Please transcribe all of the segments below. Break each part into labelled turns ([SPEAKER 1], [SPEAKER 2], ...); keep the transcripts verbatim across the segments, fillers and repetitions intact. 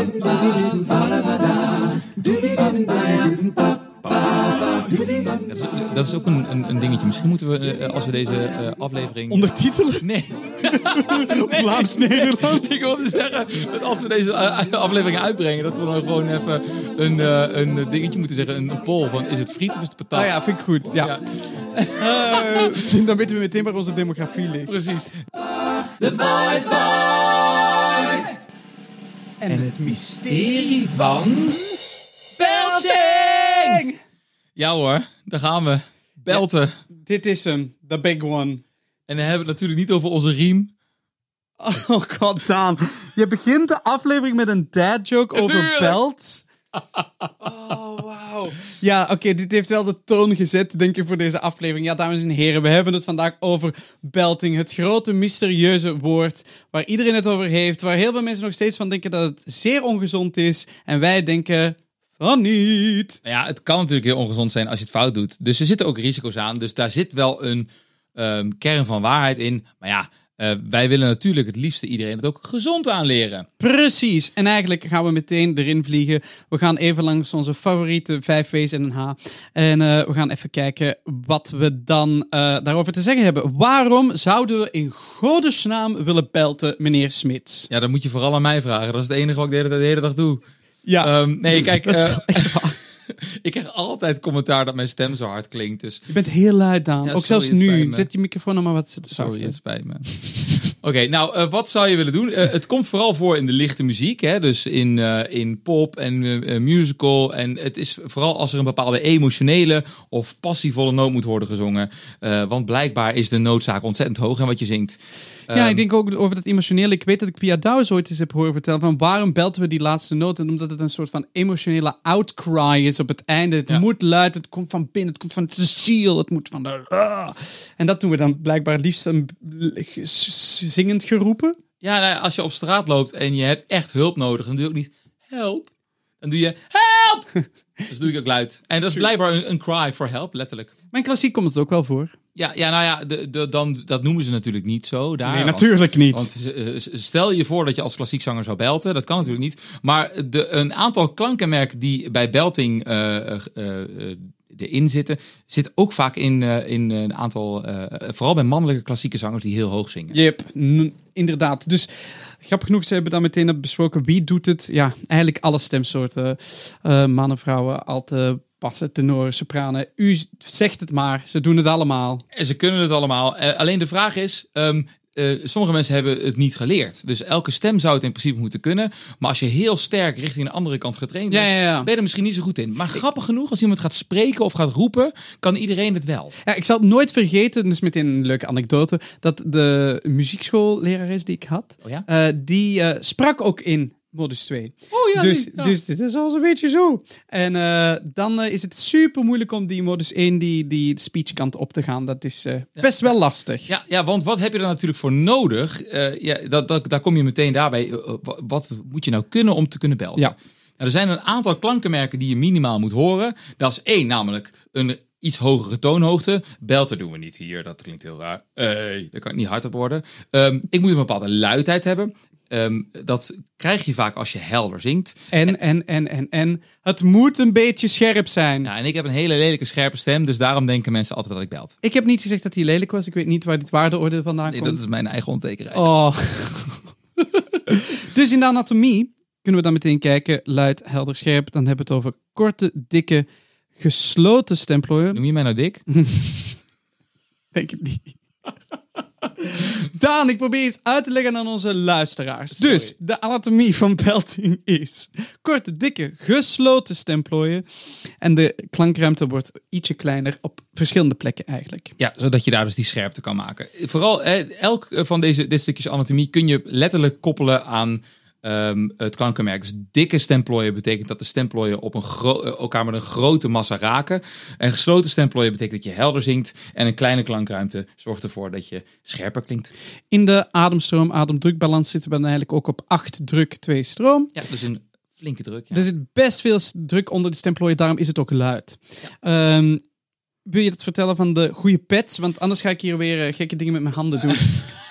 [SPEAKER 1] Dat is, dat is ook een, een, een dingetje. Misschien moeten we, uh, als we deze uh, aflevering...
[SPEAKER 2] Ondertitelen?
[SPEAKER 1] Nee.
[SPEAKER 2] nee. Vlaams-Nederlands?
[SPEAKER 1] Ik wilde zeggen, dat als we deze uh, aflevering uitbrengen, dat we dan gewoon even een, uh, een dingetje moeten zeggen. Een poll van, is het friet of is het patat?
[SPEAKER 2] Ah ja, vind ik goed. Ja. ja. Uh, dan weten we meteen waar onze demografie ligt.
[SPEAKER 1] Precies.
[SPEAKER 3] The Voice Boys!
[SPEAKER 2] En, en het mysterie van...
[SPEAKER 1] Belting! Ja hoor, daar gaan we. Belten. Ja,
[SPEAKER 2] dit is hem, the big one.
[SPEAKER 1] En dan hebben we het natuurlijk niet over onze riem.
[SPEAKER 2] Oh god, Daan. Je begint de aflevering met een dad joke over belt. Oh, wauw. Ja, oké, okay, dit heeft wel de toon gezet, denk ik, voor deze aflevering. Ja, dames en heren, we hebben het vandaag over belting. Het grote, mysterieuze woord waar iedereen het over heeft. Waar heel veel mensen nog steeds van denken dat het zeer ongezond is. En wij denken... van niet.
[SPEAKER 1] Ja, het kan natuurlijk heel ongezond zijn als je het fout doet. Dus er zitten ook risico's aan. Dus daar zit wel een um, kern van waarheid in. Maar ja, uh, wij willen natuurlijk het liefste iedereen het ook gezond aanleren.
[SPEAKER 2] Precies. En eigenlijk gaan we meteen erin vliegen. We gaan even langs onze favoriete vijf V's en een H. En uh, we gaan even kijken wat we dan uh, daarover te zeggen hebben. Waarom zouden we in godesnaam willen belten, meneer Smits?
[SPEAKER 1] Ja, dat moet je vooral aan mij vragen. Dat is het enige wat ik de hele, de hele dag doe.
[SPEAKER 2] Ja,
[SPEAKER 1] um, nee, kijk,
[SPEAKER 2] dat is
[SPEAKER 1] uh,
[SPEAKER 2] echt waar.
[SPEAKER 1] Ik krijg altijd commentaar dat mijn stem zo hard klinkt. Dus...
[SPEAKER 2] Je bent heel luid, Daan.
[SPEAKER 1] Ja,
[SPEAKER 2] ook
[SPEAKER 1] sorry,
[SPEAKER 2] zelfs nu.
[SPEAKER 1] Me.
[SPEAKER 2] Zet je microfoon nog maar wat zachter.
[SPEAKER 1] Sorry, het spijt me. Oké, okay, nou, uh, wat zou je willen doen? Uh, het komt vooral voor in de lichte muziek. Hè? Dus in, uh, in pop en uh, musical. En het is vooral als er een bepaalde emotionele of passievolle noot moet worden gezongen. Uh, want blijkbaar is de noodzaak ontzettend hoog in wat je zingt.
[SPEAKER 2] Ja,
[SPEAKER 1] um,
[SPEAKER 2] ik denk ook over dat emotionele. Ik weet dat ik Pia Douwes ooit eens heb horen vertellen van waarom belten we die laatste noot? En omdat het een soort van emotionele outcry is op het einde. Het
[SPEAKER 1] ja.
[SPEAKER 2] moet luid, het komt van binnen, het komt van de ziel, het moet van de... Uh. En dat doen we dan blijkbaar liefst een zingend geroepen.
[SPEAKER 1] Ja, nou, als je op straat loopt en je hebt echt hulp nodig, dan doe je ook niet help. Dan doe je help! Dus doe ik ook luid. En dat is blijkbaar een, een cry for help, letterlijk.
[SPEAKER 2] Maar in klassiek komt het ook wel voor.
[SPEAKER 1] Ja, ja nou ja, de, de, dan, dat noemen ze natuurlijk niet zo. Daar,
[SPEAKER 2] nee, natuurlijk niet.
[SPEAKER 1] Want uh, stel je voor dat je als klassiekzanger zou belten. Dat kan natuurlijk niet. Maar de, een aantal klankenmerken die bij belting uh, uh, uh, erin zitten, zit ook vaak in, uh, in een aantal, uh, vooral bij mannelijke klassieke zangers die heel hoog zingen.
[SPEAKER 2] Yep, n- inderdaad. Dus grappig genoeg, ze hebben dan meteen besproken wie doet het. Ja, eigenlijk alle stemsoorten. Uh, mannen, vrouwen, alten, passen, tenoren, sopranen. U zegt het maar, ze doen het allemaal.
[SPEAKER 1] En ze kunnen het allemaal. Uh, alleen de vraag is, um, uh, sommige mensen hebben het niet geleerd. Dus elke stem zou het in principe moeten kunnen. Maar als je heel sterk richting een andere kant getraind bent,
[SPEAKER 2] ja, ja, ja.
[SPEAKER 1] ben je er misschien niet zo goed in. Maar grappig genoeg, als iemand gaat spreken of gaat roepen, kan iedereen het wel.
[SPEAKER 2] Ja, ik zal het nooit vergeten, dat is meteen een leuke anekdote, dat de muziekschoollerares die ik had,
[SPEAKER 1] oh ja?
[SPEAKER 2] uh, die uh, sprak ook in modus twee.
[SPEAKER 1] Oh ja,
[SPEAKER 2] dus,
[SPEAKER 1] die, ja.
[SPEAKER 2] dus dit is al een beetje zo. En uh, dan uh, is het super moeilijk om die modus één, die, die speechkant op te gaan. Dat is uh,
[SPEAKER 1] ja.
[SPEAKER 2] best wel lastig.
[SPEAKER 1] Ja, ja, want wat heb je er natuurlijk voor nodig? Uh, ja, dat, dat, daar kom je meteen daarbij. Uh, wat moet je nou kunnen om te kunnen belten?
[SPEAKER 2] Ja.
[SPEAKER 1] Nou, er zijn een aantal klankenmerken die je minimaal moet horen. Dat is één, namelijk een iets hogere toonhoogte. Belten doen we niet hier, dat klinkt heel raar. Hey, dat kan niet hard op worden. Um, ik moet een bepaalde luidheid hebben. Um, dat krijg je vaak als je helder zingt.
[SPEAKER 2] En, en, en, en, en. Het moet een beetje scherp zijn.
[SPEAKER 1] Ja, en ik heb een hele lelijke scherpe stem, dus daarom denken mensen altijd dat ik belt.
[SPEAKER 2] Ik heb niet gezegd dat hij lelijk was. Ik weet niet waar dit waardeoordeel vandaan
[SPEAKER 1] nee,
[SPEAKER 2] komt.
[SPEAKER 1] Dat is mijn eigen onzekerheid.
[SPEAKER 2] Oh. Dus in de anatomie kunnen we dan meteen kijken. Luid, helder, scherp. Dan hebben we het over korte, dikke, gesloten stemplooien.
[SPEAKER 1] Noem je mij nou dik?
[SPEAKER 2] Denk ik niet. Daan, ik probeer iets uit te leggen aan onze luisteraars.
[SPEAKER 1] Sorry.
[SPEAKER 2] Dus, de anatomie van belting is korte, dikke, gesloten stemplooien. En de klankruimte wordt ietsje kleiner op verschillende plekken eigenlijk.
[SPEAKER 1] Ja, zodat je daar dus die scherpte kan maken. Vooral, eh, elk van deze dit stukjes anatomie kun je letterlijk koppelen aan um, het klankenmerk. Dus dikke stemplooien betekent dat de stemplooien op een gro- elkaar met een grote massa raken. En gesloten stemplooien betekent dat je helder zingt. En een kleine klankruimte zorgt ervoor dat je scherper klinkt.
[SPEAKER 2] In de ademstroom, ademdrukbalans zitten we dan eigenlijk ook op acht druk, twee stroom.
[SPEAKER 1] Ja, dus een flinke druk. Ja.
[SPEAKER 2] Er zit best veel druk onder de stemplooien, daarom is het ook luid. Ja. Um, wil je dat vertellen van de goede pets? Want anders ga ik hier weer uh, gekke dingen met mijn handen doen.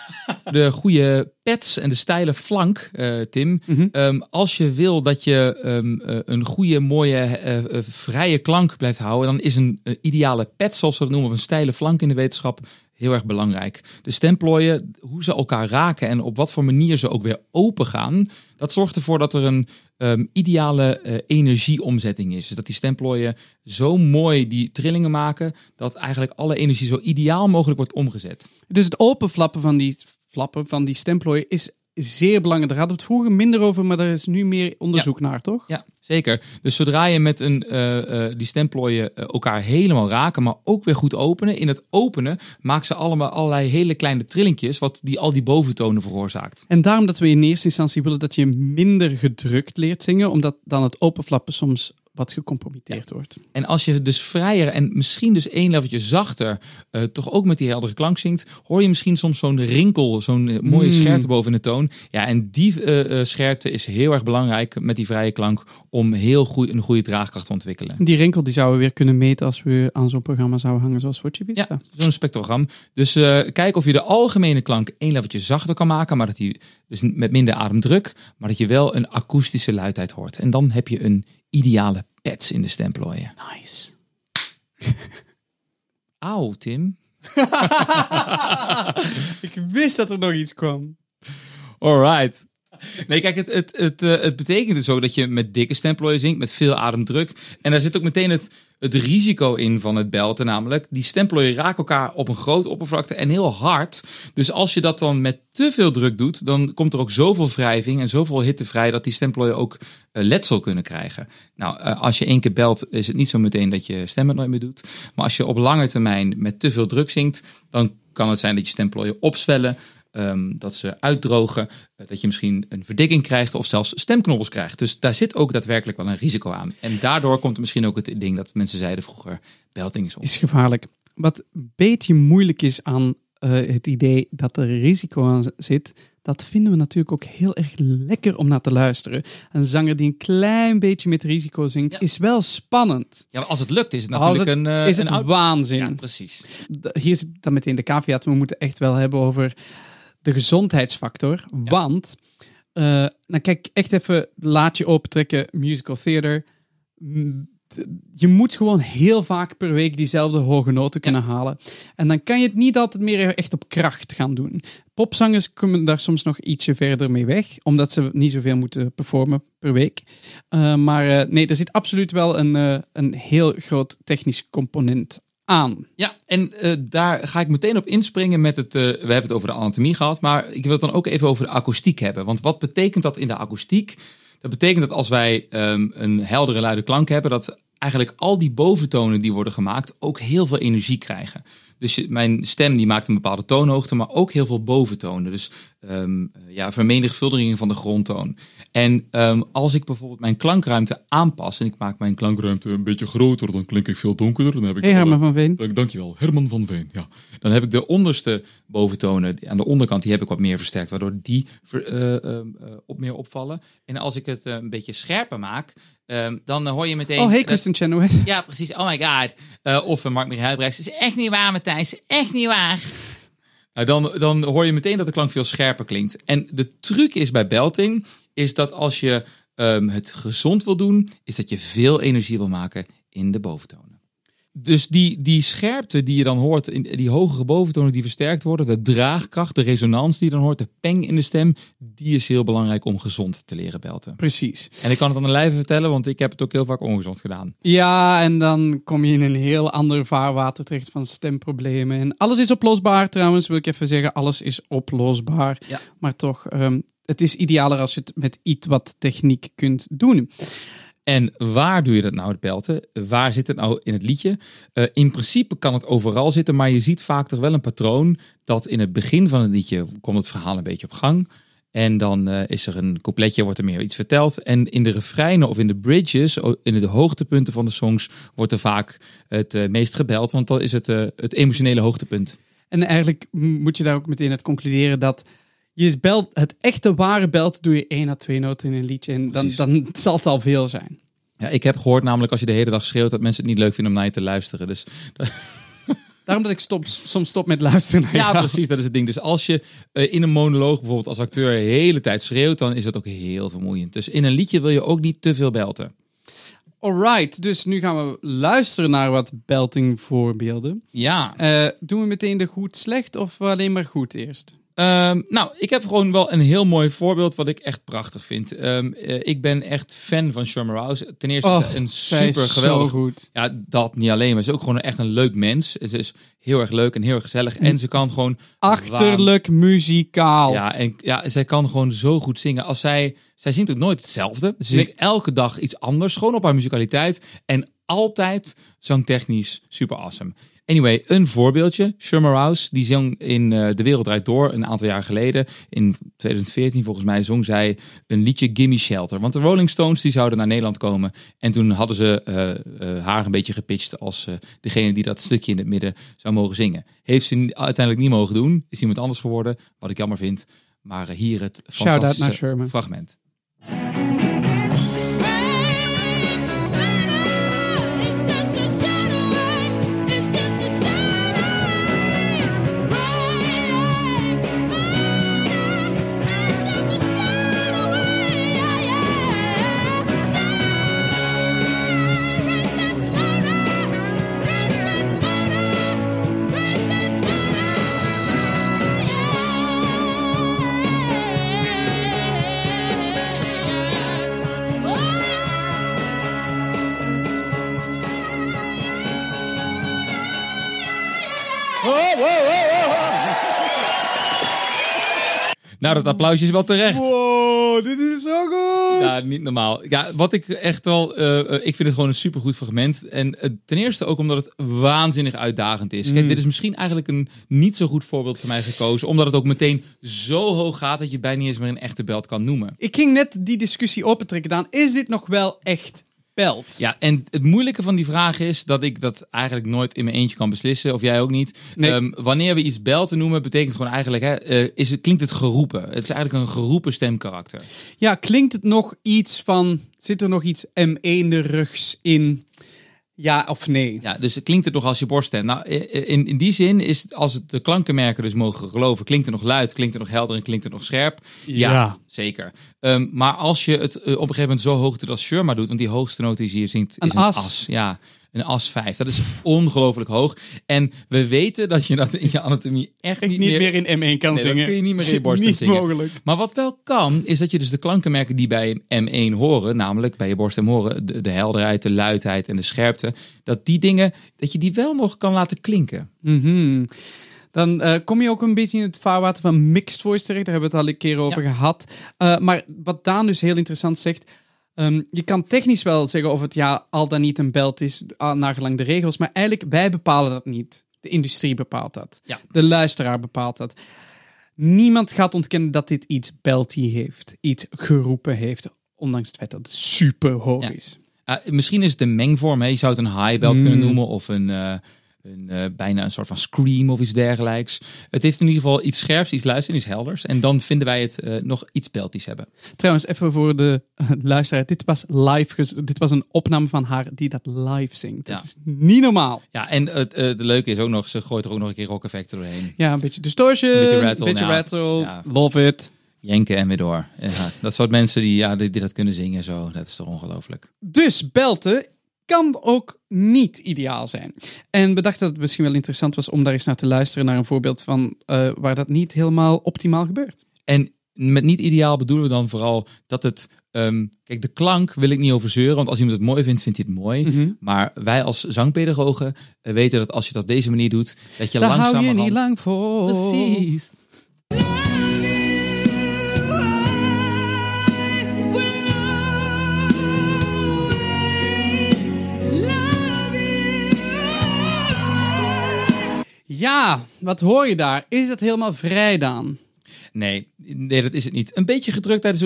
[SPEAKER 1] de goede pads en de steile flank, uh, Tim.
[SPEAKER 2] Mm-hmm.
[SPEAKER 1] Um, als je wil dat je um, uh, een goede, mooie, uh, uh, vrije klank blijft houden, dan is een uh, ideale pad, zoals we dat noemen, of een steile flank in de wetenschap, heel erg belangrijk. De stemplooien, hoe ze elkaar raken en op wat voor manier ze ook weer open gaan, dat zorgt ervoor dat er een um, ideale uh, energieomzetting is. Dus dat die stemplooien zo mooi die trillingen maken, dat eigenlijk alle energie zo ideaal mogelijk wordt omgezet.
[SPEAKER 2] Dus het openflappen van die flappen van die stemplooien is zeer belangrijk. Daar hadden we het vroeger minder over, maar er is nu meer onderzoek
[SPEAKER 1] ja.
[SPEAKER 2] naar, toch?
[SPEAKER 1] Ja, zeker. Dus zodra je met een, uh, uh, die stemplooien uh, elkaar helemaal raken, maar ook weer goed openen, in het openen maken ze allemaal allerlei hele kleine trillingjes, wat die al die boventonen veroorzaakt.
[SPEAKER 2] En daarom dat we in eerste instantie willen dat je minder gedrukt leert zingen, omdat dan het openflappen soms wat gecompromitteerd ja. wordt.
[SPEAKER 1] En als je dus vrijer en misschien dus één leveltje zachter uh, toch ook met die heldere klank zingt, hoor je misschien soms zo'n rinkel, zo'n uh, mooie mm. scherpte boven de toon. Ja, en die uh, uh, scherpte is heel erg belangrijk met die vrije klank om heel goed een goede draagkracht te ontwikkelen.
[SPEAKER 2] Die rinkel die zouden we weer kunnen meten als we aan zo'n programma zouden hangen zoals Voce Vista.
[SPEAKER 1] Ja, zo'n spectrogram. Dus uh, kijk of je de algemene klank één leveltje zachter kan maken, maar dat die dus met minder ademdruk, maar dat je wel een akoestische luidheid hoort. En dan heb je een ideale pads in de stemplooien.
[SPEAKER 2] Nice.
[SPEAKER 1] Auw, Tim.
[SPEAKER 2] Ik wist dat er nog iets kwam.
[SPEAKER 1] Alright. Nee, kijk, het, het, het, uh, het betekent dus ook dat je met dikke stemplooien zingt, met veel ademdruk. En daar zit ook meteen het, het risico in van het belten, namelijk die stemplooien raken elkaar op een grote oppervlakte en heel hard. Dus als je dat dan met te veel druk doet, dan komt er ook zoveel wrijving en zoveel hitte vrij dat die stemplooien ook uh, letsel kunnen krijgen. Nou, uh, als je één keer belt, is het niet zo meteen dat je stem het nooit meer doet. Maar als je op lange termijn met te veel druk zingt, dan kan het zijn dat je stemplooien opzwellen. Um, dat ze uitdrogen, uh, dat je misschien een verdikking krijgt of zelfs stemknobbels krijgt. Dus daar zit ook daadwerkelijk wel een risico aan. En daardoor komt er misschien ook het ding dat mensen zeiden vroeger, belting is op.
[SPEAKER 2] Is gevaarlijk. Wat een beetje moeilijk is aan uh, het idee dat er risico aan zit, dat vinden we natuurlijk ook heel erg lekker om naar te luisteren. Een zanger die een klein beetje met risico zingt, ja. is wel spannend.
[SPEAKER 1] Ja, maar als het lukt is het natuurlijk
[SPEAKER 2] het,
[SPEAKER 1] een uh,
[SPEAKER 2] is het
[SPEAKER 1] een oud...
[SPEAKER 2] waanzin.
[SPEAKER 1] Ja, precies.
[SPEAKER 2] Hier zit dan meteen de caveat. We moeten echt wel hebben over de gezondheidsfactor. Ja. Want, uh, nou kijk, echt even laat je opentrekken, musical theater. Je moet gewoon heel vaak per week diezelfde hoge noten kunnen ja. halen. En dan kan je het niet altijd meer echt op kracht gaan doen. Popzangers komen daar soms nog ietsje verder mee weg, omdat ze niet zoveel moeten performen per week. Uh, maar uh, nee, er zit absoluut wel een, uh, een heel groot technisch component aan.
[SPEAKER 1] Ja, en uh, daar ga ik meteen op inspringen met het... Uh, we hebben het over de anatomie gehad, maar ik wil het dan ook even over de akoestiek hebben. Want wat betekent dat in de akoestiek? Dat betekent dat als wij um, een heldere luide klank hebben, dat eigenlijk al die boventonen die worden gemaakt ook heel veel energie krijgen. Dus je, mijn stem die maakt een bepaalde toonhoogte, maar ook heel veel boventonen. Dus um, ja, vermenigvuldiging van de grondtoon. En um, als ik bijvoorbeeld mijn klankruimte aanpas en ik maak mijn klankruimte een beetje groter, dan klink ik veel donkerder. Dan heb ik
[SPEAKER 2] hey, Herman van Veen.
[SPEAKER 1] Uh, dankjewel, Herman van Veen. Ja. Dan heb ik de onderste boventonen aan de onderkant, die heb ik wat meer versterkt, waardoor die ver, uh, uh, uh, op meer opvallen. En als ik het uh, een beetje scherper maak, Um, dan uh, hoor je meteen...
[SPEAKER 2] Oh, hey, Kristen uh, Chenoweth.
[SPEAKER 1] Ja, precies. Oh my god. Uh, of uh, Mark Michiel Huibrechts. Is echt niet waar, Matthijs. Echt niet waar. Uh, dan, dan hoor je meteen dat de klank veel scherper klinkt. En de truc is bij belting, is dat als je um, het gezond wil doen, is dat je veel energie wil maken in de boventonen. Dus die, die scherpte die je dan hoort, in die hogere boventonen die versterkt worden, de draagkracht, de resonans die je dan hoort, de peng in de stem, die is heel belangrijk om gezond te leren belten.
[SPEAKER 2] Precies.
[SPEAKER 1] En ik kan het aan de lijve vertellen, want ik heb het ook heel vaak ongezond gedaan.
[SPEAKER 2] Ja, en dan kom je in een heel ander vaarwater terecht van stemproblemen. En alles is oplosbaar trouwens, wil ik even zeggen. Alles is oplosbaar. Ja. Maar toch, um, het is idealer als je het met iets wat techniek kunt doen.
[SPEAKER 1] En waar doe je dat nou, het belten? Waar zit het nou in het liedje? Uh, in principe kan het overal zitten, maar je ziet vaak toch wel een patroon dat in het begin van het liedje komt het verhaal een beetje op gang. En dan uh, is er een coupletje, wordt er meer iets verteld. En in de refreinen of in de bridges, in de hoogtepunten van de songs, wordt er vaak het uh, meest gebeld, want dan is het uh, het emotionele hoogtepunt.
[SPEAKER 2] En eigenlijk moet je daar ook meteen uit concluderen dat je belt, het echte ware belt doe je één à twee noten in een liedje en dan, dan zal het al veel zijn.
[SPEAKER 1] Ja, ik heb gehoord namelijk als je de hele dag schreeuwt dat mensen het niet leuk vinden om naar je te luisteren. Dus
[SPEAKER 2] Daarom dat ik stop, soms stop met luisteren naar
[SPEAKER 1] Ja,
[SPEAKER 2] jou.
[SPEAKER 1] precies, dat is het ding. Dus als je uh, in een monoloog bijvoorbeeld als acteur de hele tijd schreeuwt, dan is dat ook heel vermoeiend. Dus in een liedje wil je ook niet te veel belten.
[SPEAKER 2] Alright, dus nu gaan we luisteren naar wat belting voorbeelden.
[SPEAKER 1] Ja.
[SPEAKER 2] Uh, doen we meteen de goed-slecht of alleen maar goed eerst?
[SPEAKER 1] Um, nou, ik heb gewoon wel een heel mooi voorbeeld wat ik echt prachtig vind. Um, uh, ik ben echt fan van Sherma Rouse. Ten eerste
[SPEAKER 2] oh,
[SPEAKER 1] een super geweldig.
[SPEAKER 2] Zo goed.
[SPEAKER 1] Ja, dat niet alleen, maar ze is ook gewoon echt een leuk mens. Ze is heel erg leuk en heel erg gezellig. En ze kan gewoon...
[SPEAKER 2] Achterlijk waan... muzikaal.
[SPEAKER 1] Ja, en ja, zij kan gewoon zo goed zingen. Als zij... Zij zingt ook nooit hetzelfde. Ze zingt nee. elke dag iets anders. Gewoon op haar muzikaliteit. En altijd zangtechnisch super awesome. Anyway, een voorbeeldje. Sherma Rouse, die zong in uh, De Wereld Draait Door een aantal jaar geleden. In twintig veertien volgens mij zong zij een liedje Gimme Shelter. Want de Rolling Stones die zouden naar Nederland komen. En toen hadden ze uh, uh, haar een beetje gepitcht als uh, degene die dat stukje in het midden zou mogen zingen. Heeft ze uiteindelijk niet mogen doen. Is iemand anders geworden, wat ik jammer vind. Maar uh, hier het fantastische fragment. Nou, dat applausje is wel terecht.
[SPEAKER 2] Wow, dit is zo goed.
[SPEAKER 1] Ja, niet normaal. Ja, wat ik echt wel... Uh, uh, ik vind het gewoon een supergoed fragment. En uh, ten eerste ook omdat het waanzinnig uitdagend is. Kijk, mm. dit is misschien eigenlijk een niet zo goed voorbeeld voor mij gekozen. Omdat het ook meteen zo hoog gaat dat je bijna niet eens meer een echte belt kan noemen.
[SPEAKER 2] Ik ging net die discussie opentrekken, Daan. Is dit nog wel echt belt?
[SPEAKER 1] Ja, en het moeilijke van die vraag is dat ik dat eigenlijk nooit in mijn eentje kan beslissen. Of jij ook niet. Nee. Um, wanneer we iets belten noemen, betekent gewoon eigenlijk... Hè, uh, is het, klinkt het geroepen. Het is eigenlijk een geroepen stemkarakter.
[SPEAKER 2] Ja, klinkt het nog iets van... Zit er nog iets M één-rugs in... Ja of nee?
[SPEAKER 1] Ja, dus klinkt het nog als je borststem. Nou, in, in die zin is het, als het de klankenmerken dus mogen geloven, klinkt het nog luid, klinkt het nog helder en klinkt het nog scherp? Ja, ja. Zeker. Um, maar als je het uh, op een gegeven moment zo hoog doet als Sherma doet, want die hoogste noot die je hier zingt is
[SPEAKER 2] een,
[SPEAKER 1] een
[SPEAKER 2] as.
[SPEAKER 1] as. Ja, een as vijf. Dat is ongelooflijk hoog. En we weten dat je dat in je anatomie echt niet,
[SPEAKER 2] niet
[SPEAKER 1] meer...
[SPEAKER 2] meer in M één kan
[SPEAKER 1] nee,
[SPEAKER 2] zingen.
[SPEAKER 1] Dat kun je niet meer in je borststem
[SPEAKER 2] niet
[SPEAKER 1] zingen.
[SPEAKER 2] Mogelijk.
[SPEAKER 1] Maar wat wel kan, is dat je dus de klankenmerken die bij M één horen, namelijk bij je borststem horen, de, de helderheid, de luidheid en de scherpte, dat die dingen, dat je die wel nog kan laten klinken.
[SPEAKER 2] Mm-hmm. Dan uh, kom je ook een beetje in het vaarwater van mixed voice terecht. Daar hebben we het al een keer over ja. gehad. Uh, maar wat Daan dus heel interessant zegt... Um, je kan technisch wel zeggen of het ja al dan niet een belt is, nagelang de regels. Maar eigenlijk, wij bepalen dat niet. De industrie bepaalt dat. Ja. De luisteraar bepaalt dat. Niemand gaat ontkennen dat dit iets belty heeft. Iets geroepen heeft. Ondanks het feit dat het super hoog ja. is.
[SPEAKER 1] Uh, misschien is het een mengvorm. Hè? Je zou het een high belt mm. kunnen noemen. Of een... Uh... Een, uh, bijna een soort van scream of iets dergelijks. Het heeft in ieder geval iets scherps, iets luids en iets helders. En dan vinden wij het uh, nog iets beltisch hebben.
[SPEAKER 2] Trouwens, even voor de uh, luisteraar. Dit was live. Gez- dit was een opname van haar die dat live zingt. Ja. Dat is niet normaal.
[SPEAKER 1] Ja, en het uh, uh, de leuke is ook nog, ze gooit er ook nog een keer rock effecten doorheen.
[SPEAKER 2] Ja, een beetje distortion. Een beetje rattle. Beetje nou, rattle. Ja. Love it.
[SPEAKER 1] Jenken en weer door. Ja, dat soort mensen die, ja, die, die dat kunnen zingen zo. Dat is toch ongelooflijk.
[SPEAKER 2] Dus belten kan ook niet ideaal zijn. En we dachten dat het misschien wel interessant was om daar eens naar te luisteren naar een voorbeeld van uh, waar dat niet helemaal optimaal gebeurt.
[SPEAKER 1] En met niet ideaal bedoelen we dan vooral dat het... Um, kijk, de klank wil ik niet over zeuren, want als iemand het mooi vindt, vindt hij het mooi. Mm-hmm. Maar wij als zangpedagogen uh, weten dat als je het op deze manier doet, dat je langzamerhand...
[SPEAKER 2] Daar hou je niet lang voor.
[SPEAKER 1] Precies.
[SPEAKER 2] Ja, wat hoor je daar? Is het helemaal vrij, Daan?
[SPEAKER 1] Nee, nee, dat is het niet. Een beetje gedruktheid is ook niet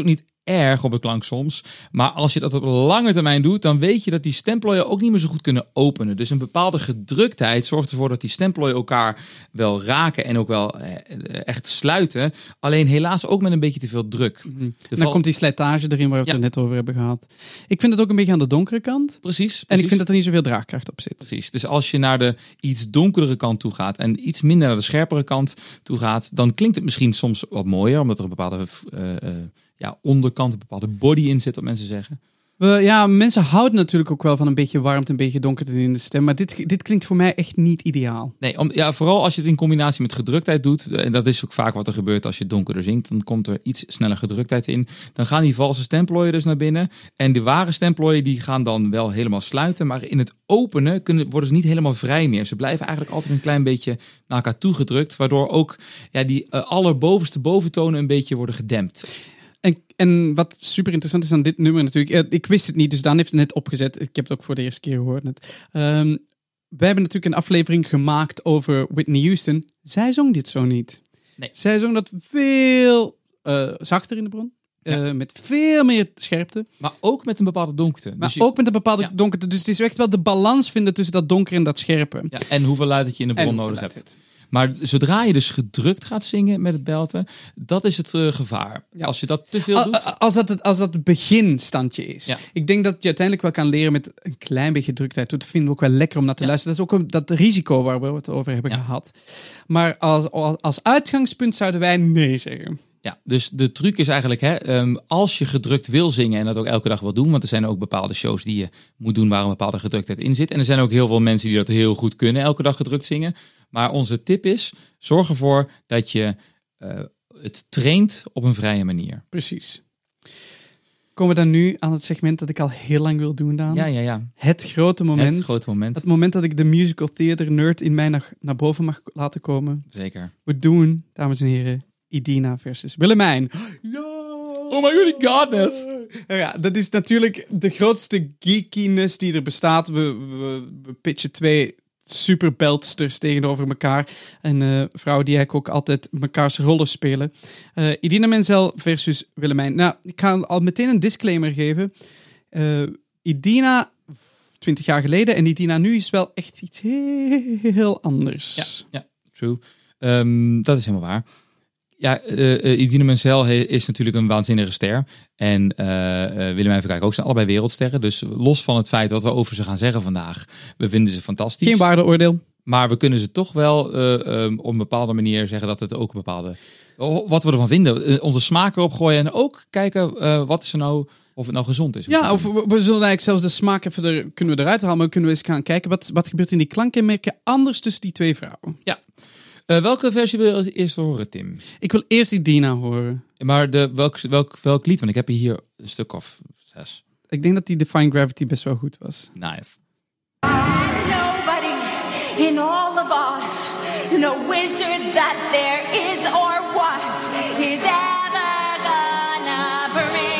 [SPEAKER 1] erg op de klank soms. Maar als je dat op lange termijn doet, dan weet je dat die stemplooien ook niet meer zo goed kunnen openen. Dus een bepaalde gedruktheid zorgt ervoor dat die stemplooien elkaar wel raken en ook wel echt sluiten. Alleen helaas ook met een beetje te veel druk.
[SPEAKER 2] Mm-hmm. En dan
[SPEAKER 1] val...
[SPEAKER 2] komt die slijtage erin waar we het
[SPEAKER 1] ja.
[SPEAKER 2] er net over hebben gehad. Ik vind het ook een beetje aan de donkere kant.
[SPEAKER 1] Precies, precies.
[SPEAKER 2] En ik vind dat er niet zoveel draagkracht op zit.
[SPEAKER 1] Precies. Dus als je naar de iets donkere kant toe gaat en iets minder naar de scherpere kant toe gaat, dan klinkt het misschien soms wat mooier, omdat er een bepaalde uh, uh, ja, onderkant, een bepaalde body in zit, wat mensen zeggen.
[SPEAKER 2] We, ja, mensen houden natuurlijk ook wel van een beetje warmte, een beetje donkerte in de stem. Maar dit, dit klinkt voor mij echt niet ideaal.
[SPEAKER 1] Nee, om, ja, vooral als je het in combinatie met gedruktheid doet. En dat is ook vaak wat er gebeurt als je donkerder zingt. Dan komt er iets sneller gedruktheid in. Dan gaan die valse stemplooien dus naar binnen. En de ware stemplooien die gaan dan wel helemaal sluiten. Maar in het openen kunnen, worden ze niet helemaal vrij meer. Ze blijven eigenlijk altijd een klein beetje naar elkaar toegedrukt. Waardoor ook ja, die uh, allerbovenste boventonen een beetje worden gedempt.
[SPEAKER 2] En, en wat super interessant is aan dit nummer natuurlijk, ik wist het niet, dus Daan heeft het net opgezet. Ik heb het ook voor de eerste keer gehoord net. Um, wij hebben natuurlijk een aflevering gemaakt over Whitney Houston. Zij zong dit zo niet.
[SPEAKER 1] Nee.
[SPEAKER 2] Zij zong dat veel uh, zachter in de bron. Ja. Uh, met veel meer scherpte.
[SPEAKER 1] Maar ook met een bepaalde donkerte.
[SPEAKER 2] Maar
[SPEAKER 1] dus je...
[SPEAKER 2] ook met een bepaalde
[SPEAKER 1] ja.
[SPEAKER 2] donkerte. Dus het is echt wel de balans vinden tussen dat donker en dat scherpe.
[SPEAKER 1] Ja, en hoeveel luid dat je in de bron
[SPEAKER 2] en
[SPEAKER 1] nodig hebt. Het. Maar zodra je dus gedrukt gaat zingen met het belten, dat is het uh, gevaar. Ja. Als je dat te veel doet...
[SPEAKER 2] Als dat het, als dat het beginstandje is. Ja. Ik denk dat je uiteindelijk wel kan leren met een klein beetje druktheid. Dat vinden we ook wel lekker om naar te ja. luisteren. Dat is ook een, dat risico waar we het over hebben ja. gehad. Maar als, als uitgangspunt zouden wij nee zeggen.
[SPEAKER 1] Ja, dus de truc is eigenlijk, hè, um, als je gedrukt wil zingen en dat ook elke dag wil doen, want er zijn ook bepaalde shows die je moet doen waar een bepaalde gedruktheid in zit. En er zijn ook heel veel mensen die dat heel goed kunnen, elke dag gedrukt zingen. Maar onze tip is, zorg ervoor dat je uh, het traint op een vrije manier.
[SPEAKER 2] Precies. Komen we dan nu aan het segment dat ik al heel lang wil doen, Daan?
[SPEAKER 1] Ja, ja, ja.
[SPEAKER 2] Het grote moment.
[SPEAKER 1] Het grote moment.
[SPEAKER 2] Het moment dat ik de musical theater nerd in mij naar, naar boven mag laten komen.
[SPEAKER 1] Zeker.
[SPEAKER 2] We doen, dames en heren, Idina versus Willemijn.
[SPEAKER 1] Ja! Oh my god, godness!
[SPEAKER 2] Ja, dat is natuurlijk de grootste geekiness die er bestaat. We, we, we pitchen twee superbeltsters tegenover elkaar. En uh, vrouwen die eigenlijk ook altijd mekaars rollen spelen. Uh, Idina Menzel versus Willemijn. Nou, ik ga al meteen een disclaimer geven. Uh, Idina twintig jaar geleden en Idina nu is wel echt iets heel, heel anders.
[SPEAKER 1] Ja, ja, true. Um, dat is helemaal waar. Ja, uh, uh, Idina Menzel is natuurlijk een waanzinnige ster. En uh, uh, Willemijn Verkijk ook zijn allebei wereldsterren. Dus los van het feit wat we over ze gaan zeggen vandaag, we vinden ze fantastisch.
[SPEAKER 2] Geen waardeoordeel.
[SPEAKER 1] Maar we kunnen ze toch wel uh, um, op een bepaalde manier zeggen dat het ook een bepaalde... Wat we ervan vinden. Uh, onze smaak erop gooien. En ook kijken uh, wat is er nou... Of het nou gezond is.
[SPEAKER 2] Ja, of we, we zullen eigenlijk zelfs de smaak even er, kunnen we eruit halen. Maar kunnen we eens gaan kijken wat, wat gebeurt in die klankkenmerken anders tussen die twee vrouwen.
[SPEAKER 1] Ja. Uh, welke versie wil je als eerste horen, Tim?
[SPEAKER 2] Ik wil eerst die Dina horen.
[SPEAKER 1] Maar de, welk, welk, welk lied? Want ik heb hier een stuk of zes.
[SPEAKER 2] Ik denk dat die Defying Gravity best wel goed was.
[SPEAKER 1] Nice.
[SPEAKER 4] Nobody in all of Oz, no wizard that there is or was, is ever gonna bring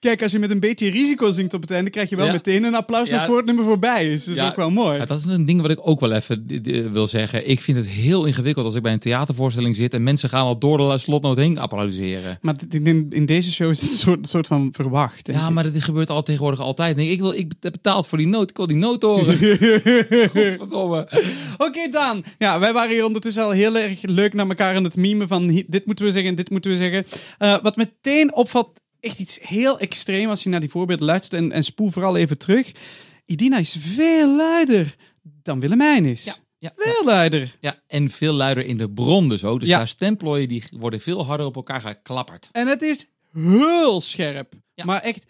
[SPEAKER 2] kijk, als je met een beetje risico zingt op het einde, krijg je wel
[SPEAKER 1] Ja.
[SPEAKER 2] meteen een applaus
[SPEAKER 1] Ja.
[SPEAKER 2] nog voor het nummer voorbij is. Dat is
[SPEAKER 1] Ja.
[SPEAKER 2] ook wel mooi.
[SPEAKER 1] Ja, dat is een ding wat ik ook wel even d- d- wil zeggen. Ik vind het heel ingewikkeld als ik bij een theatervoorstelling zit en mensen gaan al door de slotnoot heen applaudisseren.
[SPEAKER 2] Maar dit- in, in deze show is het een soort, soort van verwacht. denk
[SPEAKER 1] Ja,
[SPEAKER 2] ik.
[SPEAKER 1] maar dat gebeurt al tegenwoordig altijd. Nee, ik, wil, ik heb betaald voor die noot. Ik wil die noot horen. Godverdomme.
[SPEAKER 2] Oké, Daan. Ja, wij waren hier ondertussen al heel erg leuk naar elkaar aan het memen van hi- dit moeten we zeggen, dit moeten we zeggen. Uh, wat meteen opvalt, echt iets heel extreem als je naar die voorbeelden luistert en, en spoel vooral even terug. Idina is veel luider dan Willemijn is.
[SPEAKER 1] Ja, ja,
[SPEAKER 2] Veel luider.
[SPEAKER 1] ja, en veel luider in de bron dus ook. Dus
[SPEAKER 2] Ja.
[SPEAKER 1] haar stemplooien die worden veel harder op elkaar geklapperd.
[SPEAKER 2] En het is heel scherp.
[SPEAKER 1] Ja.
[SPEAKER 2] Maar echt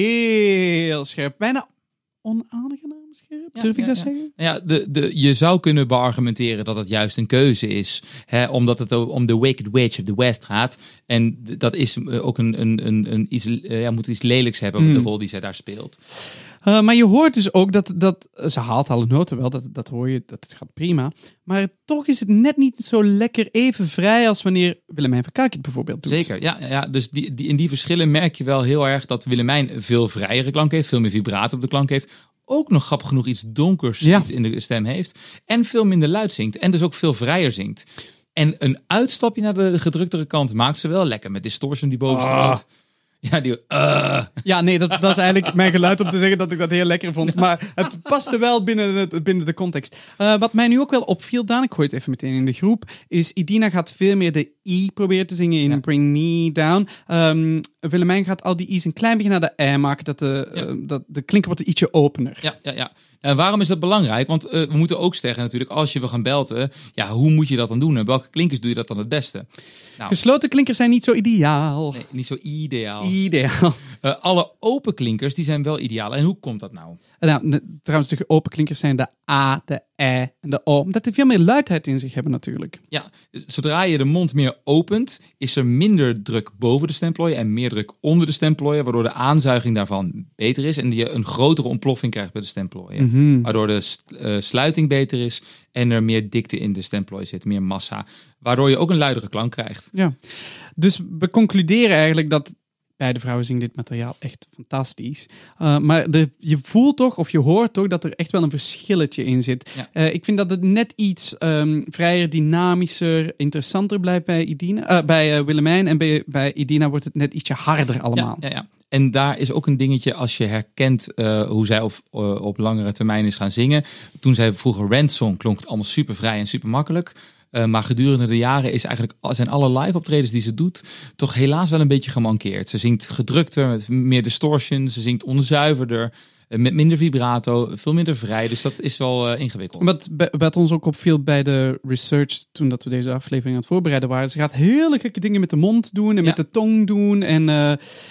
[SPEAKER 2] heel scherp. Bijna onaangenaam scherp,
[SPEAKER 1] Ja,
[SPEAKER 2] durf ik
[SPEAKER 1] ja,
[SPEAKER 2] dat
[SPEAKER 1] ja.
[SPEAKER 2] zeggen?
[SPEAKER 1] Ja, de, de, je zou kunnen beargumenteren dat het juist een keuze is. Hè, omdat het om de Wicked Witch of the West gaat. En d- dat is eh, ook een, een, een, een iets, eh, ja, moet iets lelijks hebben,
[SPEAKER 2] Hmm.
[SPEAKER 1] de rol die zij daar speelt.
[SPEAKER 2] Uh, maar je hoort dus ook dat, dat ze haalt alle noten wel, dat, dat hoor je, dat gaat prima. Maar toch is het net niet zo lekker even vrij als wanneer Willemijn van Kuik het bijvoorbeeld doet.
[SPEAKER 1] Zeker, ja. ja dus die, die, in die verschillen merk je wel heel erg dat Willemijn veel vrijere klank heeft, veel meer vibrato op de klank heeft. Ook nog grappig genoeg iets donkers
[SPEAKER 2] Ja.
[SPEAKER 1] iets in de stem heeft. En veel minder luid zingt. En dus ook veel vrijer zingt. En een uitstapje naar de gedruktere kant maakt ze wel lekker. Met distortion die bovenste
[SPEAKER 2] Ah.
[SPEAKER 1] noot. Ja, die... Uh.
[SPEAKER 2] Ja, nee, dat, dat is eigenlijk mijn geluid om te zeggen dat ik dat heel lekker vond. Maar het paste wel binnen, het, binnen de context. Uh, wat mij nu ook wel opviel, Daan, ik gooi het even meteen in de groep, is Idina gaat veel meer de I proberen te zingen in
[SPEAKER 1] Ja.
[SPEAKER 2] Bring Me Down. Um, Willemijn gaat al die I's een klein beetje naar de I maken, dat de,
[SPEAKER 1] Ja.
[SPEAKER 2] uh, dat de klinker wordt ietsje opener.
[SPEAKER 1] Ja, ja, ja. En waarom is dat belangrijk? Want uh, we moeten ook zeggen natuurlijk, als je wil gaan belten, ja, hoe moet je dat dan doen? En welke klinkers doe je dat dan het beste? Nou,
[SPEAKER 2] Gesloten klinkers zijn niet zo ideaal.
[SPEAKER 1] nee, niet zo ideaal.
[SPEAKER 2] Ideaal.
[SPEAKER 1] Uh, alle open klinkers, die zijn wel ideaal. En hoe komt dat nou?
[SPEAKER 2] Nou, de- trouwens, de open klinkers zijn de A, de E en de O. Omdat die veel meer luidheid in zich hebben natuurlijk.
[SPEAKER 1] Ja, dus zodra je de mond meer opent, is er minder druk boven de stemplooien en meer druk onder de stemplooien, waardoor de aanzuiging daarvan beter is en je een grotere ontploffing krijgt bij de stemplooien.
[SPEAKER 2] Mhm.
[SPEAKER 1] Waardoor de st- uh, sluiting beter is en er meer dikte in de stemplooien zit, meer massa. Waardoor je ook een luidere klank krijgt.
[SPEAKER 2] Ja. Dus we concluderen eigenlijk dat beide vrouwen zingen dit materiaal echt fantastisch. Uh, maar de, je voelt toch, of je hoort toch, dat er echt wel een verschilletje in zit.
[SPEAKER 1] Ja.
[SPEAKER 2] Uh, ik vind dat het net iets um, vrijer, dynamischer, interessanter blijft bij, Idina, uh, bij uh, Willemijn. En bij, bij Idina wordt het net ietsje harder allemaal.
[SPEAKER 1] Ja, ja, ja. En daar is ook een dingetje als je herkent uh, hoe zij op, uh, op langere termijn is gaan zingen. Toen zij vroeger Ransom klonk het allemaal super vrij en super makkelijk. Uh, maar gedurende de jaren is eigenlijk, zijn alle live optredens die ze doet toch helaas wel een beetje gemankeerd. Ze zingt gedrukter, met meer distortion. Ze zingt onzuiverder, uh, met minder vibrato, veel minder vrij. Dus dat is wel uh, ingewikkeld.
[SPEAKER 2] Wat, wat ons ook opviel bij de research toen dat we deze aflevering aan het voorbereiden waren. Ze gaat hele gekke dingen met de mond doen en
[SPEAKER 1] Ja.
[SPEAKER 2] met de tong doen. En uh,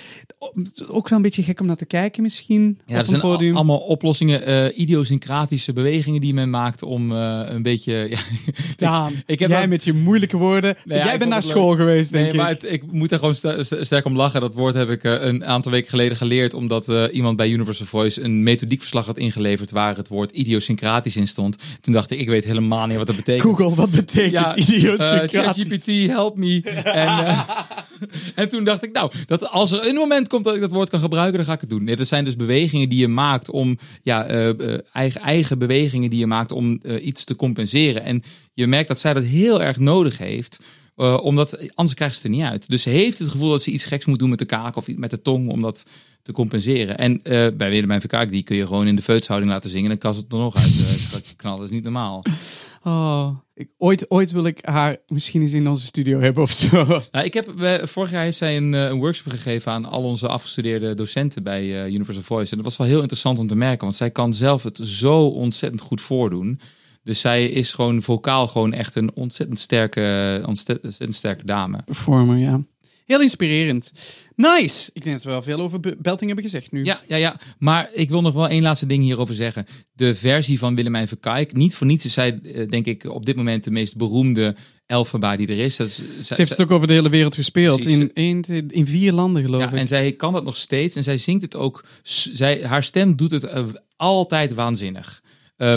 [SPEAKER 2] ook wel een beetje gek om naar te kijken misschien
[SPEAKER 1] Ja,
[SPEAKER 2] op
[SPEAKER 1] er
[SPEAKER 2] een
[SPEAKER 1] zijn al-
[SPEAKER 2] podium.
[SPEAKER 1] allemaal oplossingen, uh, idiosyncratische bewegingen die men maakt om uh, een beetje... Ja,
[SPEAKER 2] Daan,
[SPEAKER 1] ik heb
[SPEAKER 2] jij
[SPEAKER 1] dat-
[SPEAKER 2] met je moeilijke woorden.
[SPEAKER 1] Nee, ja,
[SPEAKER 2] jij
[SPEAKER 1] ik
[SPEAKER 2] bent naar
[SPEAKER 1] vond het
[SPEAKER 2] school geweest, denk
[SPEAKER 1] Nee, maar
[SPEAKER 2] ik.
[SPEAKER 1] het- ik moet er gewoon sta- sta- sterk om lachen. Dat woord heb ik uh, een aantal weken geleden geleerd, omdat uh, iemand bij Universal Voice een methodiekverslag had ingeleverd waar het woord idiosyncratisch in stond. Toen dacht ik, ik weet helemaal niet wat dat betekent.
[SPEAKER 2] Google, wat betekent
[SPEAKER 1] Ja,
[SPEAKER 2] idiosyncratisch?
[SPEAKER 1] uh, ChatGPT, help me. En, uh, en toen dacht ik, nou, dat als er een moment komt dat ik dat woord kan gebruiken, dan ga ik het doen. Nee, dat zijn dus bewegingen die je maakt om, ja, uh, uh, eigen, eigen bewegingen die je maakt om uh, iets te compenseren. En je merkt dat zij dat heel erg nodig heeft. Uh, omdat anders krijgt ze het er niet uit. Dus ze heeft het gevoel dat ze iets geks moet doen met de kaak of met de tong om dat te compenseren. En uh, bij Willemijn van Kuik, die kun je gewoon in de feutshouding laten zingen. Dan kan ze het er nog uit uh, knallen. Dat is niet normaal.
[SPEAKER 2] Oh, ik, ooit, ooit wil ik haar misschien eens in onze studio hebben of zo.
[SPEAKER 1] Nou, ik heb, we, vorig jaar heeft zij een, uh, een workshop gegeven aan al onze afgestudeerde docenten bij uh, Universal Voice. En dat was wel heel interessant om te merken, want zij kan zelf het zo ontzettend goed voordoen. Dus zij is gewoon vocaal gewoon echt een ontzettend sterke, ontzettend sterke dame.
[SPEAKER 2] Performer, ja. Heel inspirerend. Nice! Ik denk dat we wel veel over be- belting hebben gezegd nu.
[SPEAKER 1] Ja, ja, ja. Maar ik wil nog wel één laatste ding hierover zeggen. De versie van Willemijn van Kuik, niet voor niets is zij, uh, denk ik, op dit moment de meest beroemde Elphaba die er is. Dat is
[SPEAKER 2] Ze heeft het ook over de hele wereld gespeeld.
[SPEAKER 1] Precies.
[SPEAKER 2] In, in, in vier landen, geloof
[SPEAKER 1] Ja,
[SPEAKER 2] ik.
[SPEAKER 1] en zij kan dat nog steeds. En zij zingt het ook. Zij, haar stem doet het uh, altijd waanzinnig. Um,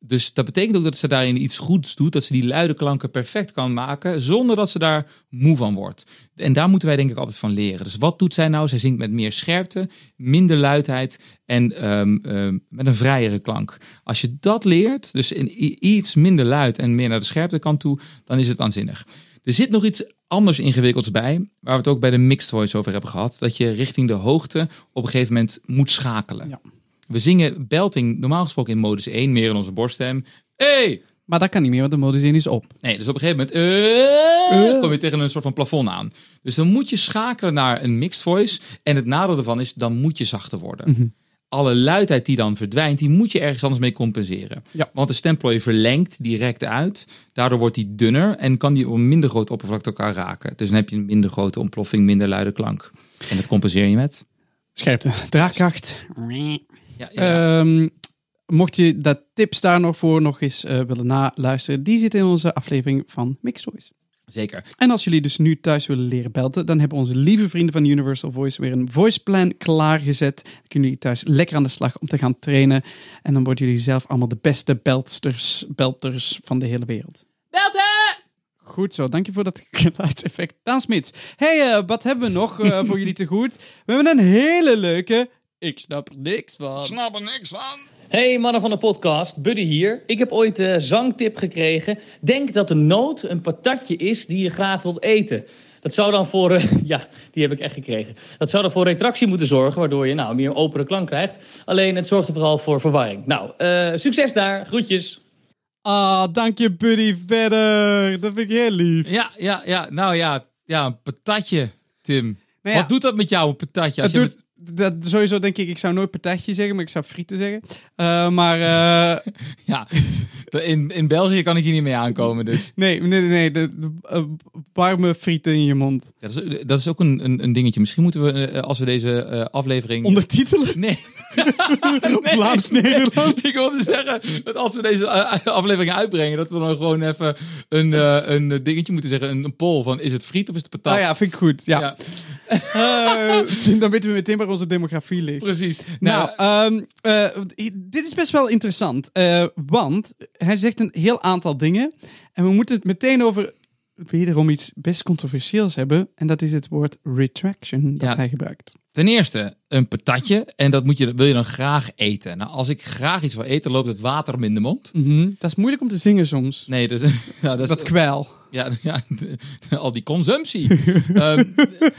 [SPEAKER 1] Dus dat betekent ook dat ze daarin iets goeds doet. Dat ze die luide klanken perfect kan maken. Zonder dat ze daar moe van wordt. En daar moeten wij denk ik altijd van leren. Dus wat doet zij nou? Zij zingt met meer scherpte, minder luidheid en um, um, met een vrijere klank. Als je dat leert, dus in iets minder luid en meer naar de scherpte kant toe, dan is het waanzinnig. Er zit nog iets anders ingewikkelds bij, waar we het ook bij de mixed voice over hebben gehad. Dat je richting de hoogte op een gegeven moment moet schakelen. Ja. We zingen belting normaal gesproken in modus één, meer in onze borststem. Hey!
[SPEAKER 2] Maar dat kan niet meer, want de modus één is op.
[SPEAKER 1] Nee, dus op een gegeven moment uh, uh. kom je tegen een soort van plafond aan. Dus dan moet je schakelen naar een mixed voice. En het nadeel ervan is, dan moet je zachter worden. Mm-hmm. Alle luidheid die dan verdwijnt, die moet je ergens anders mee compenseren. Ja. Want de stemplooi verlengt direct uit. Daardoor wordt die dunner en kan die op een minder grote oppervlakte elkaar raken. Dus dan heb je een minder grote ontploffing, minder luide klank. En dat compenseer je met?
[SPEAKER 2] Scherpte, draagkracht.
[SPEAKER 1] Ja, ja, ja.
[SPEAKER 2] Um, mocht je dat tips daar nog voor nog eens uh, willen naluisteren, die zitten in onze aflevering van Mixed Voice.
[SPEAKER 1] Zeker.
[SPEAKER 2] En als jullie dus nu thuis willen leren belten, dan hebben onze lieve vrienden van Universal Voice weer een voice plan klaargezet. Dan kunnen jullie thuis lekker aan de slag om te gaan trainen. En dan worden jullie zelf allemaal de beste belters, belters van de hele wereld.
[SPEAKER 1] Belten!
[SPEAKER 2] Goed zo, dank je voor dat geluidseffect. Daan Smits. Hey, uh, wat hebben we nog uh, voor jullie te goed? We hebben een hele leuke... Ik snap er niks van.
[SPEAKER 1] Ik snap er niks van.
[SPEAKER 5] Hey mannen van de podcast, Buddy hier. Ik heb ooit een zangtip gekregen. Denk dat de noot een patatje is die je graag wilt eten. Dat zou dan voor, uh, ja, die heb ik echt gekregen. Dat zou dan voor retractie moeten zorgen, waardoor je nou meer een opere klank krijgt. Alleen het zorgt er vooral voor verwarring. Nou, uh, succes daar. Groetjes.
[SPEAKER 2] Ah, dank je Buddy verder. Dat vind ik heel lief.
[SPEAKER 1] Ja, ja, ja. Nou ja, ja, een patatje, Tim.
[SPEAKER 2] Nou ja,
[SPEAKER 1] wat doet dat met jou, een patatje? Als
[SPEAKER 2] het
[SPEAKER 1] je
[SPEAKER 2] doet... Dat, sowieso denk ik, ik zou nooit patatje zeggen, maar ik zou frieten zeggen. Uh, maar... Uh...
[SPEAKER 1] ja, in, in België kan ik hier niet mee aankomen, dus.
[SPEAKER 2] Nee, nee, nee. De, de uh, warme frieten in je mond.
[SPEAKER 1] Ja, dat, is, dat is ook een, een, een dingetje. Misschien moeten we, uh, als we deze uh, aflevering...
[SPEAKER 2] Ondertitelen?
[SPEAKER 1] Nee.
[SPEAKER 2] nee. Vlaams-Nederlands.
[SPEAKER 1] Ik wilde zeggen dat als we deze uh, aflevering uitbrengen, dat we dan gewoon even een, uh, een dingetje moeten zeggen. Een, een poll van, is het friet of is het patat?
[SPEAKER 2] Ah ja, vind ik goed. Ja. ja. Uh, dan weten we meteen waar onze demografie ligt.
[SPEAKER 1] Precies.
[SPEAKER 2] Nou, nou um, uh, dit is best wel interessant. Uh, want hij zegt een heel aantal dingen. En we moeten het meteen over wederom iets best controversieels hebben. En dat is het woord retraction dat ja, hij gebruikt.
[SPEAKER 1] Ten eerste een patatje. En dat moet je, wil je dan graag eten. Nou, als ik graag iets wil eten, loopt het water me in de mond.
[SPEAKER 2] Mm-hmm. Dat is moeilijk om te zingen soms.
[SPEAKER 1] Nee, dus, ja, dat, is,
[SPEAKER 2] dat kwel.
[SPEAKER 1] Ja, ja, al die consumptie. um,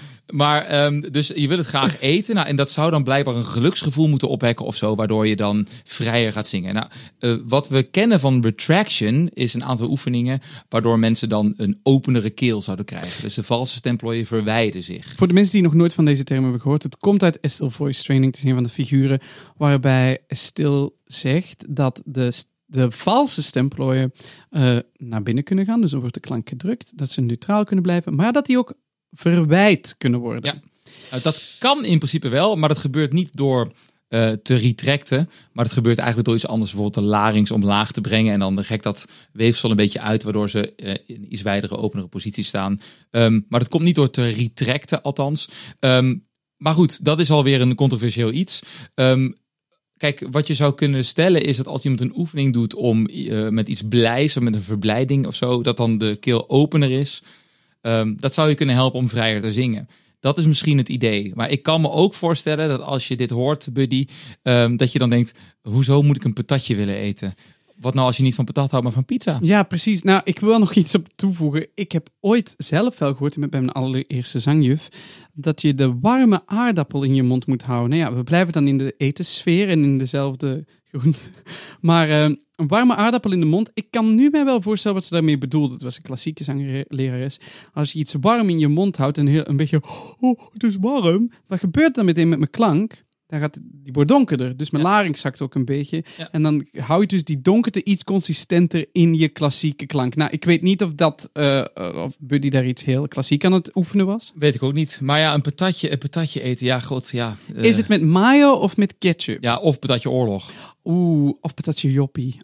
[SPEAKER 1] maar, um, dus je wil het graag eten. Nou, en dat zou dan blijkbaar een geluksgevoel moeten opwekken of zo, waardoor je dan vrijer gaat zingen. Nou, uh, wat we kennen van retraction is een aantal oefeningen waardoor mensen dan een openere keel zouden krijgen. Dus de valse stemplooien verwijden zich.
[SPEAKER 2] Voor de mensen die nog nooit van deze term hebben gehoord, het komt uit Estelle Voice Training. Het is een van de figuren waarbij Estelle zegt dat de de valse stemplooien uh, naar binnen kunnen gaan. Dus dan wordt de klank gedrukt. Dat ze neutraal kunnen blijven. Maar dat die ook verwijt kunnen worden.
[SPEAKER 1] Ja, uh, dat kan in principe wel. Maar dat gebeurt niet door uh, te retracten. Maar dat gebeurt eigenlijk door iets anders. Bijvoorbeeld de larynx omlaag te brengen. En dan rekt dat weefsel een beetje uit. Waardoor ze uh, in iets wijdere, openere positie staan. Um, maar dat komt niet door te retracten althans. Um, maar goed, dat is alweer een controversieel iets. Um, Kijk, wat je zou kunnen stellen is dat als iemand een oefening doet om uh, met iets blijs of met een verblijding of zo, dat dan de keel opener is. Um, dat zou je kunnen helpen om vrijer te zingen. Dat is misschien het idee. Maar ik kan me ook voorstellen dat als je dit hoort, Buddy, um, dat je dan denkt, hoezo moet ik een patatje willen eten? Wat nou als je niet van patat houdt, maar van pizza?
[SPEAKER 2] Ja, precies. Nou, ik wil nog iets op toevoegen. Ik heb ooit zelf wel gehoord, bij mijn allereerste zangjuf, dat je de warme aardappel in je mond moet houden. Nou ja, we blijven dan in de etensfeer en in dezelfde groente. Maar uh, een warme aardappel in de mond. Ik kan nu mij wel voorstellen wat ze daarmee bedoelde. Het was een klassieke zanglerares. Als je iets warm in je mond houdt en heel, een beetje, oh, het is warm. Wat gebeurt dan meteen met mijn klank? Dan gaat die wordt donkerder. Dus mijn ja. larynx zakt ook een beetje. Ja. En dan hou je dus die donkerte iets consistenter in je klassieke klank. Nou, ik weet niet of dat uh, of Buddy daar iets heel klassiek aan het oefenen was.
[SPEAKER 1] Weet ik ook niet. Maar ja, een patatje, een patatje eten. Ja, god, ja.
[SPEAKER 2] Uh... Is het met mayo of met ketchup?
[SPEAKER 1] Ja, of patatje oorlog.
[SPEAKER 2] Oeh, of patatje joppie.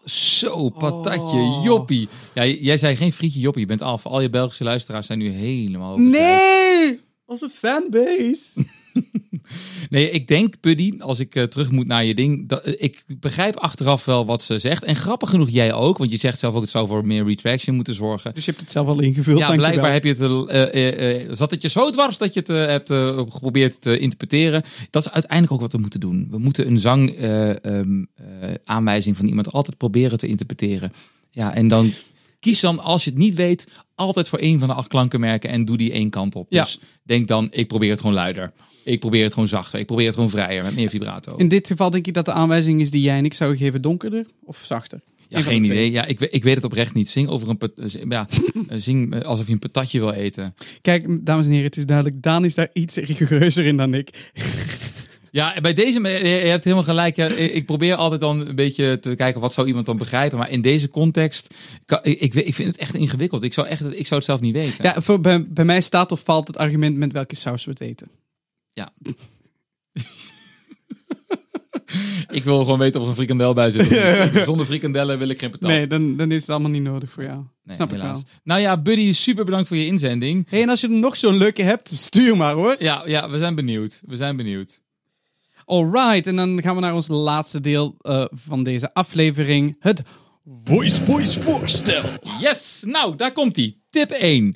[SPEAKER 1] Zo, patatje oh. joppie. Ja, jij zei geen frietje joppie. Je bent af. Al je Belgische luisteraars zijn nu helemaal over.
[SPEAKER 2] Nee! Als een fanbase.
[SPEAKER 1] Nee, ik denk, Buddy, als ik uh, terug moet naar je ding... Dat, uh, ik begrijp achteraf wel wat ze zegt. En grappig genoeg jij ook, want je zegt zelf ook... het zou voor meer retraction moeten zorgen.
[SPEAKER 2] Dus je hebt het zelf al ingevuld,
[SPEAKER 1] Ja, blijkbaar heb je het... Uh, uh, uh, zat het je zo dwars dat je het uh, hebt uh, geprobeerd te interpreteren. Dat is uiteindelijk ook wat we moeten doen. We moeten een zang uh, um, uh, aanwijzing van iemand altijd proberen te interpreteren. Ja, en dan... Kies dan, als je het niet weet, altijd voor één van de acht klankenmerken en doe die één kant op.
[SPEAKER 2] Ja.
[SPEAKER 1] Dus denk dan, ik probeer het gewoon luider. Ik probeer het gewoon zachter. Ik probeer het gewoon vrijer, met meer vibrato.
[SPEAKER 2] In dit geval denk ik dat de aanwijzing is die jij en ik zouden geven donkerder of zachter.
[SPEAKER 1] Ja, geen idee. Ja, ik, ik weet het oprecht niet. Zing over een pat- ja, zing alsof je een patatje wil eten.
[SPEAKER 2] Kijk, dames en heren, het is duidelijk. Daan is daar iets rigoureuzer in dan ik.
[SPEAKER 1] Ja, bij deze, je hebt helemaal gelijk. Ja, ik probeer altijd dan een beetje te kijken wat zou iemand dan begrijpen. Maar in deze context, ik, ik, ik vind het echt ingewikkeld. Ik zou, echt, ik zou het zelf niet weten.
[SPEAKER 2] Ja, voor, bij, bij mij staat of valt het argument met welke saus we het eten.
[SPEAKER 1] Ja. Ik wil gewoon weten of er een frikandel bij zit. Zonder frikandellen wil ik geen patat.
[SPEAKER 2] Nee, dan, dan is het allemaal niet nodig voor jou.
[SPEAKER 1] Nee,
[SPEAKER 2] Snap
[SPEAKER 1] helaas.
[SPEAKER 2] ik wel.
[SPEAKER 1] Nou ja, Buddy, super bedankt voor je inzending.
[SPEAKER 2] Hey, en als je er nog zo'n leuke hebt, stuur maar hoor.
[SPEAKER 1] Ja, ja, we zijn benieuwd. We zijn benieuwd.
[SPEAKER 2] Alright, en dan gaan we naar ons laatste deel uh, van deze aflevering. Het Voice Boys voorstel.
[SPEAKER 1] Yes, nou, daar komt-ie. Tip één.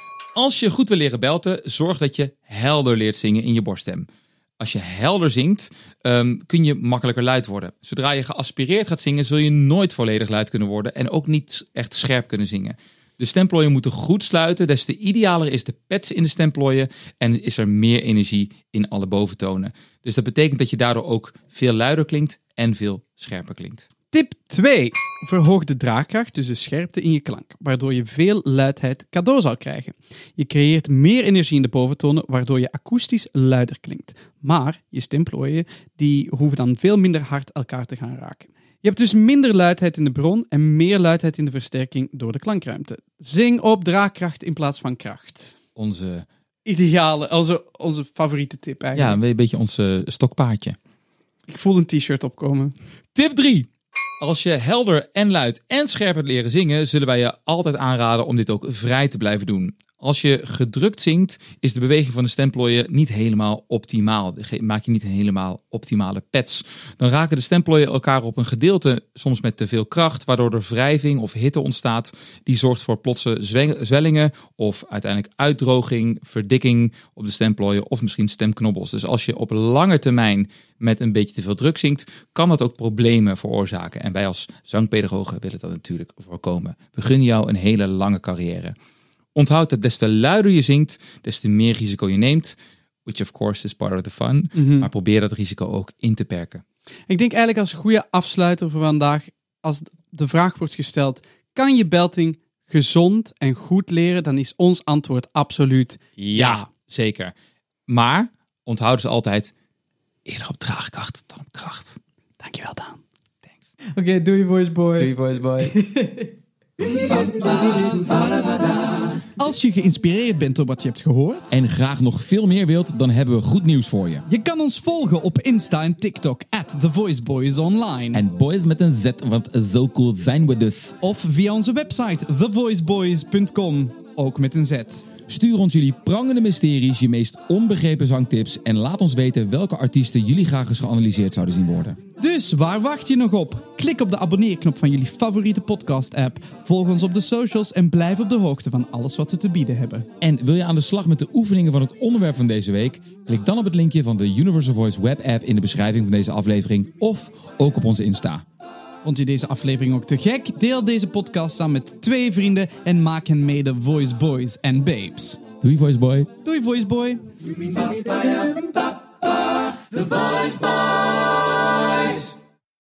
[SPEAKER 1] Als je goed wil leren belten, zorg dat je helder leert zingen in je borststem. Als je helder zingt, um, kun je makkelijker luid worden. Zodra je geaspireerd gaat zingen, zul je nooit volledig luid kunnen worden en ook niet echt scherp kunnen zingen. De stemplooien moeten goed sluiten, des te idealer is de pets in de stemplooien en is er meer energie in alle boventonen. Dus dat betekent dat je daardoor ook veel luider klinkt en veel scherper klinkt.
[SPEAKER 2] Tip twee. Verhoog de draagkracht, dus de scherpte in je klank, waardoor je veel luidheid cadeau zal krijgen. Je creëert meer energie in de boventonen, waardoor je akoestisch luider klinkt. Maar je stemplooien die hoeven dan veel minder hard elkaar te gaan raken. Je hebt dus minder luidheid in de bron en meer luidheid in de versterking door de klankruimte. Zing op draagkracht in plaats van kracht.
[SPEAKER 1] Onze...
[SPEAKER 2] Ideale, onze, onze favoriete tip eigenlijk.
[SPEAKER 1] Ja, een beetje ons uh, stokpaardje.
[SPEAKER 2] Ik voel een t-shirt opkomen.
[SPEAKER 1] Tip drie. Als je helder en luid en scherp hebt leren zingen, zullen wij je altijd aanraden om dit ook vrij te blijven doen. Als je gedrukt zingt, is de beweging van de stemplooien niet helemaal optimaal. Maak je niet een helemaal optimale pets. Dan raken de stemplooien elkaar op een gedeelte, soms met te veel kracht, waardoor er wrijving of hitte ontstaat. Die zorgt voor plotse zwellingen of uiteindelijk uitdroging, verdikking op de stemplooien of misschien stemknobbels. Dus als je op lange termijn met een beetje te veel druk zingt, kan dat ook problemen veroorzaken. En wij als zangpedagogen willen dat natuurlijk voorkomen. We gunnen jou een hele lange carrière. Onthoud dat des te luider je zingt, des te meer risico je neemt. Which of course is part of the fun. Mm-hmm. Maar probeer dat risico ook in te perken.
[SPEAKER 2] Ik denk eigenlijk als goede afsluiter voor vandaag, als de vraag wordt gesteld, kan je belting gezond en goed leren? Dan is ons antwoord absoluut ja.
[SPEAKER 1] Ja, zeker. Maar onthoud dus altijd eerder op draagkracht dan op kracht.
[SPEAKER 2] Dankjewel, Daan.
[SPEAKER 1] Thanks.
[SPEAKER 2] Oké, okay, doei voice boy.
[SPEAKER 1] Doei voice boy.
[SPEAKER 2] Als je geïnspireerd bent door wat je hebt gehoord
[SPEAKER 6] en graag nog veel meer wilt, dan hebben we goed nieuws voor je.
[SPEAKER 2] Je kan ons volgen op Insta en TikTok at The Voice Boys Online.
[SPEAKER 6] En boys met een Z, want zo cool zijn we dus.
[SPEAKER 2] Of via onze website the voice boys punt com, ook met een Z.
[SPEAKER 6] Stuur ons jullie prangende mysteries, je meest onbegrepen zangtips en laat ons weten welke artiesten jullie graag eens geanalyseerd zouden zien worden.
[SPEAKER 2] Dus waar wacht je nog op? Klik op de abonneerknop van jullie favoriete podcast-app. Volg ons op de socials en blijf op de hoogte van alles wat we te bieden hebben.
[SPEAKER 6] En wil je aan de slag met de oefeningen van het onderwerp van deze week? Klik dan op het linkje van de Universal Voice web-app in de beschrijving van deze aflevering of ook op onze Insta.
[SPEAKER 2] Vond je deze aflevering ook te gek? Deel deze podcast samen met twee vrienden en maak hen mede Voice Boys en Babes.
[SPEAKER 6] Doei Voice Boy.
[SPEAKER 2] Doei Voice Boy.